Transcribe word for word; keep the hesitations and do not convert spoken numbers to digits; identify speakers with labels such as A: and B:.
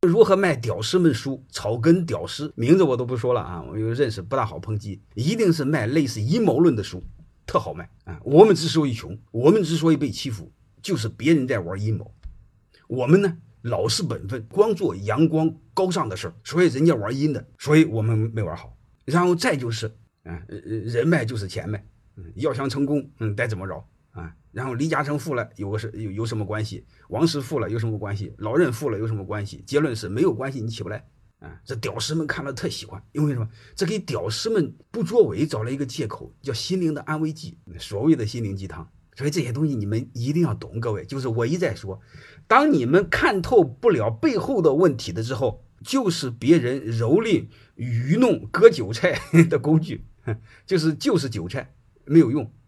A: 如何卖屌丝们书？草根屌丝名字我都不说了啊，我有认识不大好抨击，一定是卖类似阴谋论的书，特好卖啊。我们之所以穷，我们之所以被欺负，就是别人在玩阴谋，我们呢老实本分，光做阳光高尚的事儿，所以人家玩阴的，所以我们没玩好。然后再就是啊，人脉就是钱脉，嗯，要想成功，嗯，得怎么着啊？然后李嘉诚富了有个是有有什么关系？王石富了有什么关系？老任富了有什么关系？结论是没有关系，你起不来啊！这屌丝们看了特喜欢，因为什么？这给屌丝们不作为找了一个借口，叫心灵的安慰剂，所谓的心灵鸡汤。所以这些东西你们一定要懂，各位，就是我一再说，当你们看透不了背后的问题的之后，就是别人蹂躏、愚弄、割韭菜的工具，就是就是韭菜，没有用。